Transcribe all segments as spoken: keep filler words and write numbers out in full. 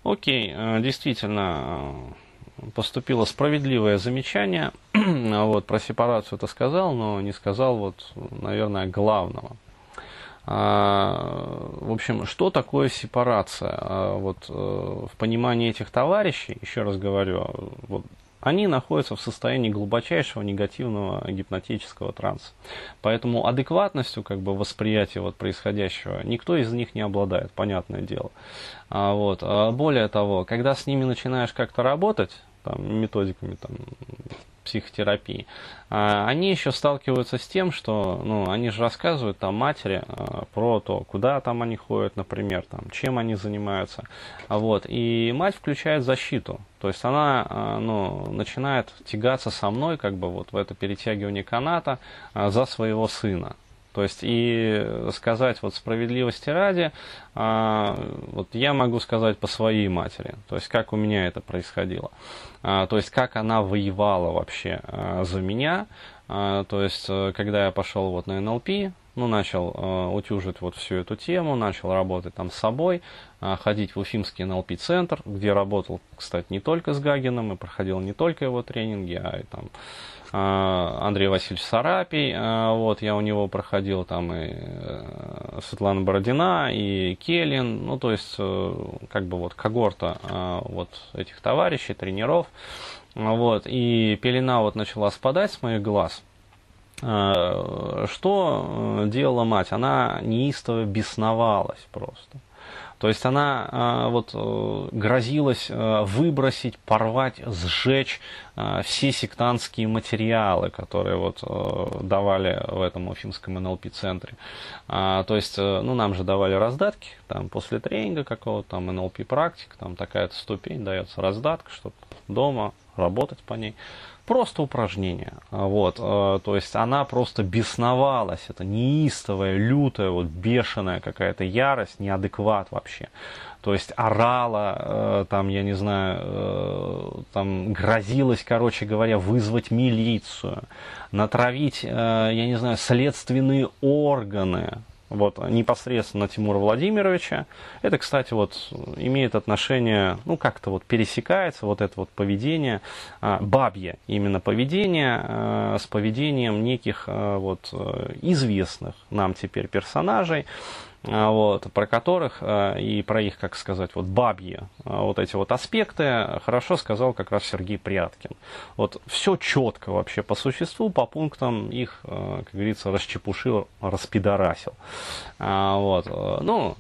Окей, э, действительно, э, поступило справедливое замечание. Вот, про сепарацию это сказал, но не сказал, вот, наверное, главного. А, в общем, что такое сепарация? А, вот, э, в понимании этих товарищей, еще раз говорю, вот, они находятся в состоянии глубочайшего негативного гипнотического транса. Поэтому адекватностью как бы, восприятия вот, происходящего никто из них не обладает, понятное дело. А, вот. А более того, когда с ними начинаешь как-то работать, там, методиками там, психотерапии, а, они еще сталкиваются с тем, что ну, они же рассказывают там, матери а, про то, куда там они ходят, например, там, чем они занимаются. А, вот. И мать включает защиту. То есть она а, ну, начинает тягаться со мной как бы, вот, в это перетягивание каната а, за своего сына. То есть и сказать вот справедливости ради, а, вот я могу сказать по своей матери, то есть как у меня это происходило, а, то есть как она воевала вообще а, за меня, а, то есть когда я пошел вот на эн эл пи, ну начал а, утюжить вот всю эту тему, начал работать там с собой, а, ходить в Уфимский эн эл пи-центр, где работал, кстати, не только с Гагиным и проходил не только его тренинги, а и там Андрей Васильевич Сарапий, вот, я у него проходил, там и Светлана Бородина, и Келлин, ну, то есть, как бы вот когорта вот этих товарищей, тренеров, вот, и пелена вот начала спадать с моих глаз. Что делала мать? Она неистово бесновалась просто. То есть она а, вот, грозилась а, выбросить, порвать, сжечь а, все сектантские материалы, которые вот, а, давали в этом уфимском эн эл пи-центре. А, то есть, ну, нам же давали раздатки, там, после тренинга какого-то, там, эн эл пи-практик, там, такая-то ступень, дается раздатка, чтобы дома работать по ней. Просто упражнение. Вот, то есть она просто бесновалась, это неистовая, лютая, вот, бешеная какая-то ярость, неадекват вообще. То есть орала, там, я не знаю, там, грозилась, короче говоря, вызвать милицию, натравить, я не знаю, следственные органы. Вот, непосредственно Тимура Владимировича. Это, кстати, вот, имеет отношение, ну, как-то вот пересекается вот это вот поведение, а, бабье именно поведение, а, с поведением неких а, вот, известных нам теперь персонажей, а, вот, про которых а, и про их, как сказать, вот, бабье а, вот эти вот аспекты хорошо сказал как раз Сергей Пряткин. Вот, все четко вообще по существу, по пунктам их, а, как говорится, расчепушил, распидорасил. А, вот, ну,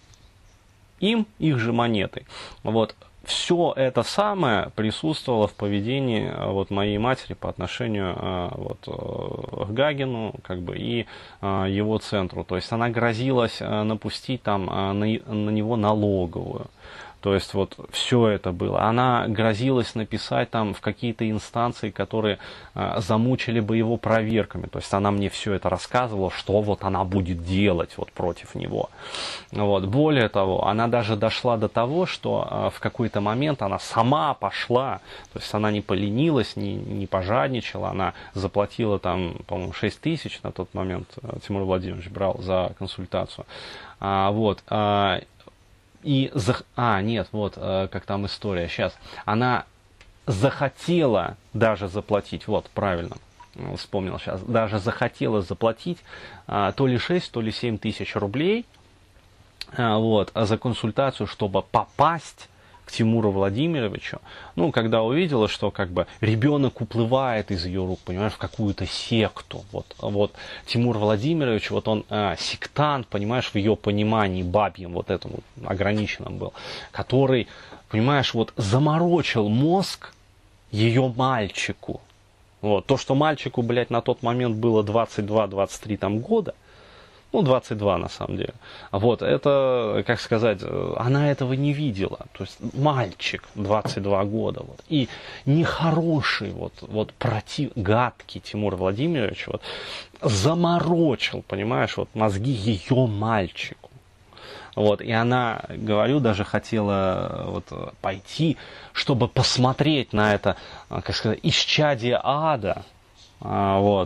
им, их же монетой. Вот, все это самое присутствовало в поведении вот, моей матери по отношению вот, к Гагину как бы, и его центру. То есть она грозилась напустить там, на, на него налоговую. То есть вот все это было. Она грозилась написать там в какие-то инстанции, которые а, замучили бы его проверками. То есть она мне все это рассказывала, что вот она будет делать вот против него. Вот. Более того, она даже дошла до того, что а, в какой-то момент она сама пошла, то есть она не поленилась, не, не пожадничала, она заплатила там, по-моему, шесть тысяч на тот момент Тимур Владимирович брал за консультацию. А, вот. А, И, зах... а, нет, вот, э, как там история, сейчас, она захотела даже заплатить, вот, правильно, вспомнил сейчас, даже захотела заплатить э, то ли шесть, то ли семь тысяч рублей, э, вот, за консультацию, чтобы попасть к Тимуру Владимировичу, ну, когда увидела, что как бы ребенок уплывает из ее рук, понимаешь, в какую-то секту. Вот, вот Тимур Владимирович, вот он э, сектант, понимаешь, в ее понимании бабьем, вот этому ограниченном был, который, понимаешь, вот заморочил мозг ее мальчику. Вот, то, что мальчику, блядь, на тот момент было двадцать два - двадцать три там года, ну, двадцать два на самом деле. Вот, это, как сказать, она этого не видела. То есть мальчик, двадцать два года. Вот, и нехороший, вот, вот против, гадкий Тимур Владимирович вот, заморочил, понимаешь, вот, мозги ее мальчику. Вот, и она, говорю, даже хотела вот, пойти, чтобы посмотреть на это, как сказать, исчадие ада. Вот,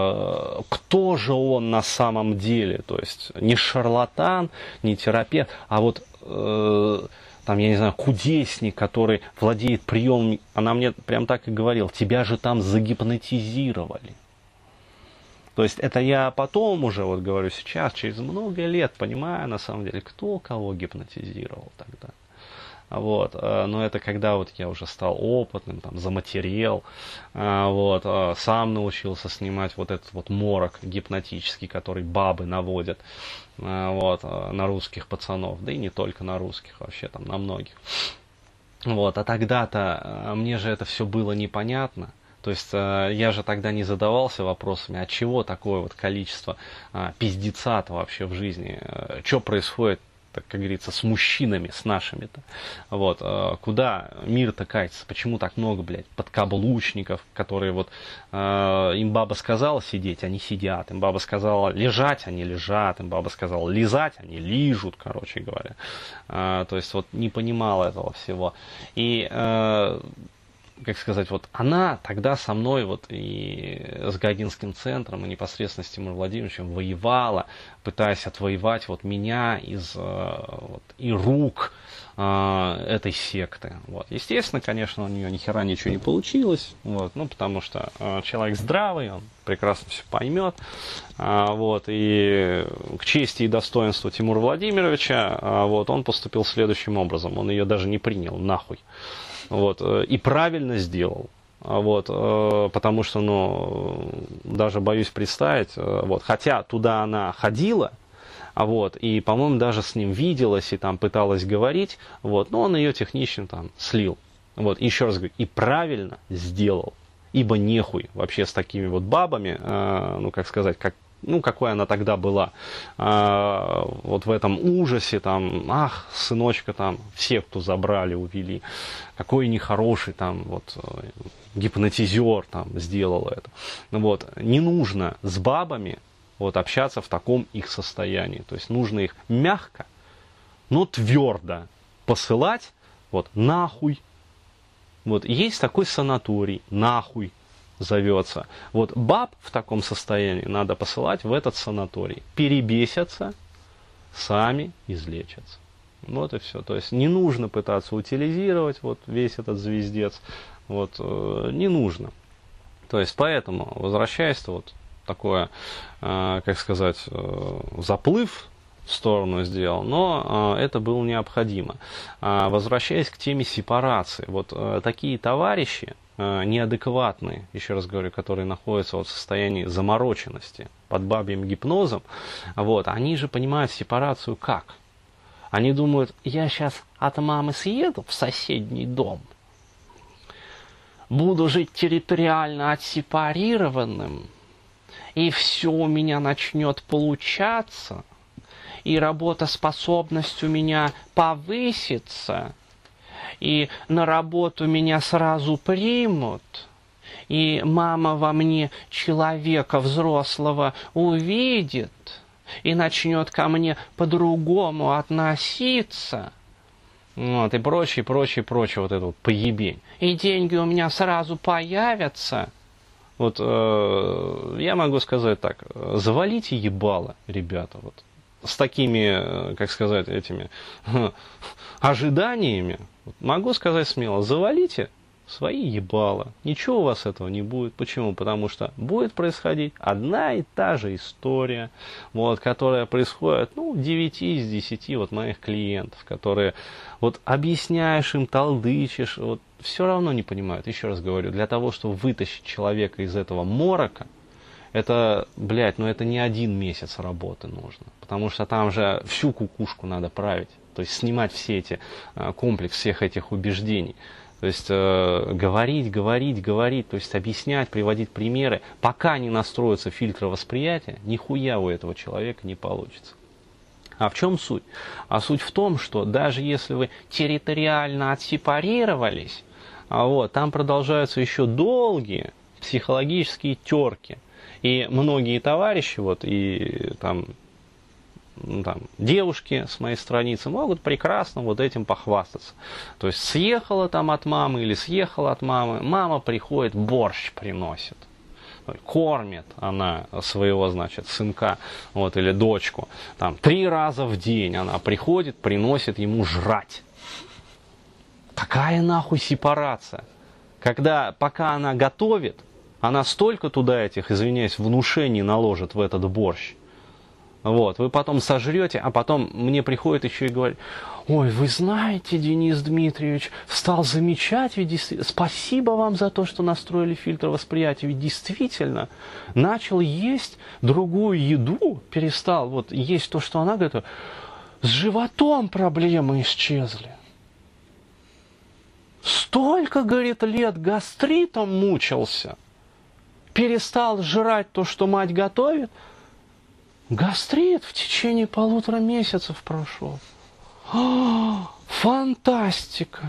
кто же он на самом деле, то есть не шарлатан, не терапевт, а вот там, я не знаю, кудесник, который владеет приемом, она мне прям так и говорила, тебя же там загипнотизировали. То есть это я потом уже, вот говорю сейчас, через много лет понимаю, на самом деле, кто кого гипнотизировал тогда. Вот, но это когда вот я уже стал опытным, там, заматерел, вот, сам научился снимать вот этот вот морок гипнотический, который бабы наводят, вот, на русских пацанов, да и не только на русских, вообще там на многих. Вот, а тогда-то мне же это все было непонятно. То есть я же тогда не задавался вопросами, от чего такое вот количество пиздеца-то вообще в жизни, что происходит, так как говорится, с мужчинами, с нашими-то. Вот, куда мир-то катится, почему так много, блядь, подкаблучников, которые вот, им баба сказала сидеть, они сидят, им баба сказала лежать, они лежат, им баба сказала лизать, они лижут, короче говоря. То есть вот не понимала этого всего. И как сказать, вот она тогда со мной вот и с Гагинским центром, и непосредственно с Тимуром Владимировичем воевала, пытаясь отвоевать вот меня из вот, и рук э, этой секты. Вот. Естественно, конечно, у нее ни хера ничего не получилось, вот, ну, потому что э, человек здравый, он прекрасно все поймет. А, вот, и к чести и достоинству Тимура Владимировича а, вот, он поступил следующим образом. Он ее даже не принял, нахуй. Вот, и правильно сделал. Вот, потому что, ну, даже боюсь представить, вот, хотя туда она ходила, вот, и, по-моему, даже с ним виделась и там пыталась говорить, вот, но он ее технично там слил. Вот, еще раз говорю, и правильно сделал, ибо нехуй вообще с такими вот бабами, ну, как сказать, как ну, какой она тогда была, а, вот в этом ужасе, там, ах, сыночка, там, все, кто забрали, увели, какой нехороший, там, вот, гипнотизер, там, сделал это. Вот, не нужно с бабами, вот, общаться в таком их состоянии, то есть нужно их мягко, но твердо посылать, вот, нахуй, вот, есть такой санаторий, нахуй, зовется. Вот баб в таком состоянии надо посылать в этот санаторий. Перебесятся, сами излечатся. Вот и все. То есть не нужно пытаться утилизировать вот весь этот звездец. Вот, э, не нужно. То есть поэтому, возвращаясь, вот такое, э, как сказать, э, заплыв в сторону сделал, но э, это было необходимо. Э, возвращаясь к теме сепарации, вот э, такие товарищи, неадекватные, еще раз говорю, которые находятся вот в состоянии замороченности под бабьим гипнозом, вот, они же понимают сепарацию как? Они думают, я сейчас от мамы съеду в соседний дом, буду жить территориально отсепарированным, и все у меня начнет получаться, и работоспособность у меня повысится, и на работу меня сразу примут, и мама во мне человека взрослого увидит и начнет ко мне по-другому относиться, вот, и прочее, прочее, прочее, вот это вот поебень. И деньги у меня сразу появятся. Вот э, я могу сказать так, завалите ебало, ребята, вот. С такими, как сказать, этими ожиданиями, могу сказать смело, завалите свои ебала. Ничего у вас этого не будет. Почему? Потому что будет происходить одна и та же история, вот, которая происходит, ну, девяти из десяти вот моих клиентов, которые вот объясняешь им, толдычишь, вот, все равно не понимают. Еще раз говорю, для того, чтобы вытащить человека из этого морока, это, блядь, ну это не один месяц работы нужно, потому что там же всю кукушку надо править, то есть снимать все эти, комплекс всех этих убеждений, то есть э, говорить, говорить, говорить, то есть объяснять, приводить примеры, пока не настроятся фильтры восприятия, нихуя у этого человека не получится. А в чем суть? А суть в том, что даже если вы территориально отсепарировались, а вот, там продолжаются еще долгие психологические терки. И многие товарищи, вот, и там, ну, там, девушки с моей страницы могут прекрасно вот этим похвастаться. То есть съехала там от мамы или съехала от мамы, мама приходит, борщ приносит. Кормит она своего, значит, сынка, вот, или дочку. Там, три раза в день она приходит, приносит ему жрать. Какая нахуй сепарация? Когда, пока она готовит, она столько туда этих, извиняюсь, внушений наложит в этот борщ. Вот, вы потом сожрете, а потом мне приходит еще и говорит: ой, вы знаете, Денис Дмитриевич, стал замечать, ведь действительно, спасибо вам за то, что настроили фильтр восприятия, ведь действительно начал есть другую еду, перестал вот есть то, что она готовит, с животом проблемы исчезли. Столько, говорит, лет гастритом мучился, перестал жрать то, что мать готовит, гастрит в течение полутора месяцев прошел. О, фантастика!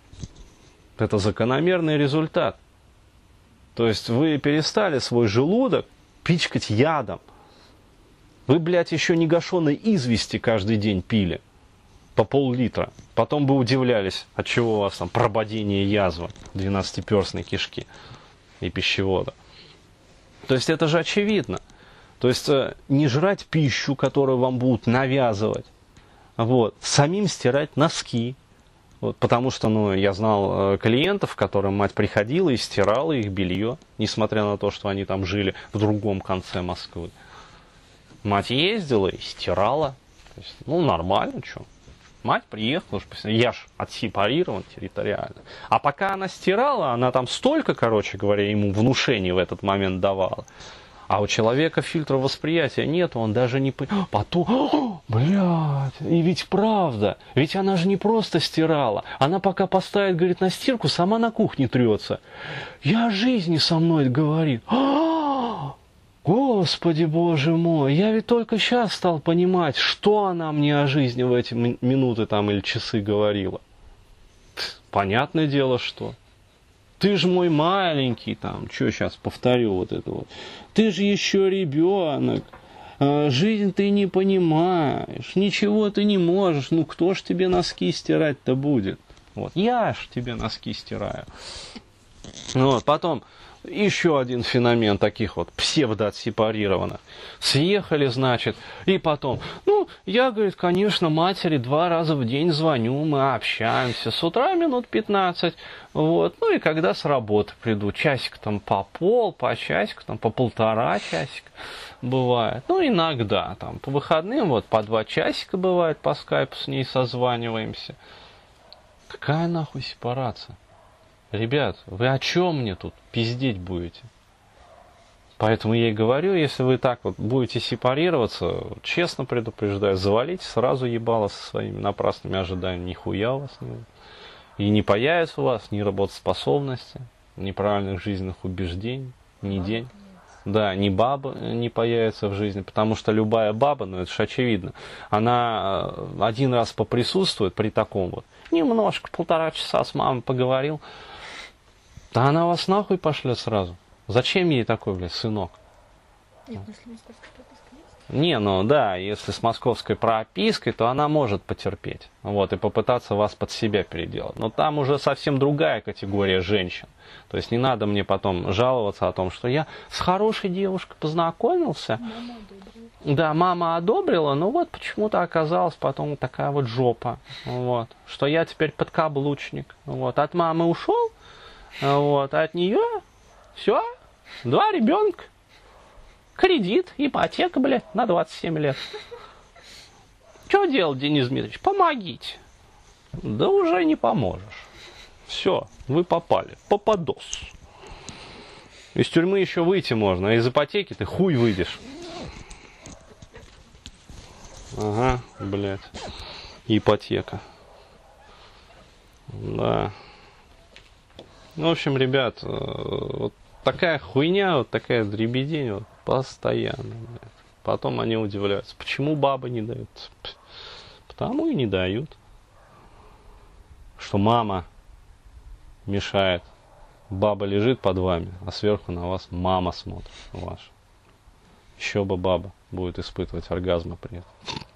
Это закономерный результат. То есть вы перестали свой желудок пичкать ядом. Вы, блядь, еще не гашеной извести каждый день пили по пол-литра. Потом бы удивлялись, от чего у вас там прободение язвы двенадцатиперстной кишки и пищевода. То есть это же очевидно. То есть не жрать пищу, которую вам будут навязывать, вот, самим стирать носки. Вот, потому что, ну, я знал клиентов, к которым мать приходила и стирала их белье, несмотря на то, что они там жили в другом конце Москвы. Мать ездила и стирала. То есть, ну, нормально, что. Мать приехала, я ж отсепарирован территориально. А пока она стирала, она там столько, короче говоря, ему внушений в этот момент давала. А у человека фильтра восприятия нет, он даже не... Потом, блядь, и ведь правда, ведь она же не просто стирала, она пока поставит, говорит, на стирку, сама на кухне трется. Я о жизни со мной говорит. Господи, боже мой, я ведь только сейчас стал понимать, что она мне о жизни в эти минуты там или часы говорила. Понятное дело, что... Ты же мой маленький, там, что сейчас повторю вот это вот. Ты же еще ребенок, жизнь ты не понимаешь, ничего ты не можешь, ну кто ж тебе носки стирать-то будет? Вот, я ж тебе носки стираю. Вот, потом еще один феномен таких вот псевдоотсепарированных. Съехали, значит, и потом, ну, я, говорит, конечно, матери два раза в день звоню, мы общаемся, с утра минут пятнадцать, вот, ну и когда с работы приду, часик там по пол, по часику, там по полтора часика бывает, ну, иногда, там, по выходным, вот, по два часика бывает, по скайпу с ней созваниваемся. Какая нахуй сепарация? Ребят, вы о чем мне тут пиздеть будете? Поэтому я и говорю, если вы так вот будете сепарироваться, честно предупреждаю, завалите сразу ебало со своими напрасными ожиданиями. Нихуя у вас не будет. И не появится у вас ни работоспособности, ни правильных жизненных убеждений, ни день. Да, ни баба не появится в жизни, потому что любая баба, ну это же очевидно, она один раз поприсутствует при таком вот, немножко, полтора часа с мамой поговорил, да она вас нахуй пошлет сразу. Зачем ей такой, блядь, сынок? Нет, ну если московская прописка есть? Не, ну да, если с московской пропиской, то она может потерпеть. Вот, и попытаться вас под себя переделать. Но там уже совсем другая категория женщин. То есть не надо мне потом жаловаться о том, что я с хорошей девушкой познакомился. Мама одобрила. Да, мама одобрила, но вот почему-то оказалась потом такая вот жопа. Вот, что я теперь подкаблучник. Вот, от мамы ушел, вот, а от нее все, два ребенка. Кредит, ипотека, блядь, на двадцать семь лет. Что делать, Денис Дмитриевич? Помогите. Да уже не поможешь. Все, вы попали. Попадос. Из тюрьмы еще выйти можно, а из ипотеки ты хуй выйдешь. Ага, блядь. Ипотека. Да. Ну, в общем, ребят, вот такая хуйня, вот такая дребедень, вот, постоянно. Блядь. Потом они удивляются, почему бабы не дают. Потому и не дают. Что мама мешает. Баба лежит под вами, а сверху на вас мама смотрит ваша. Еще бы баба будет испытывать оргазмы при этом.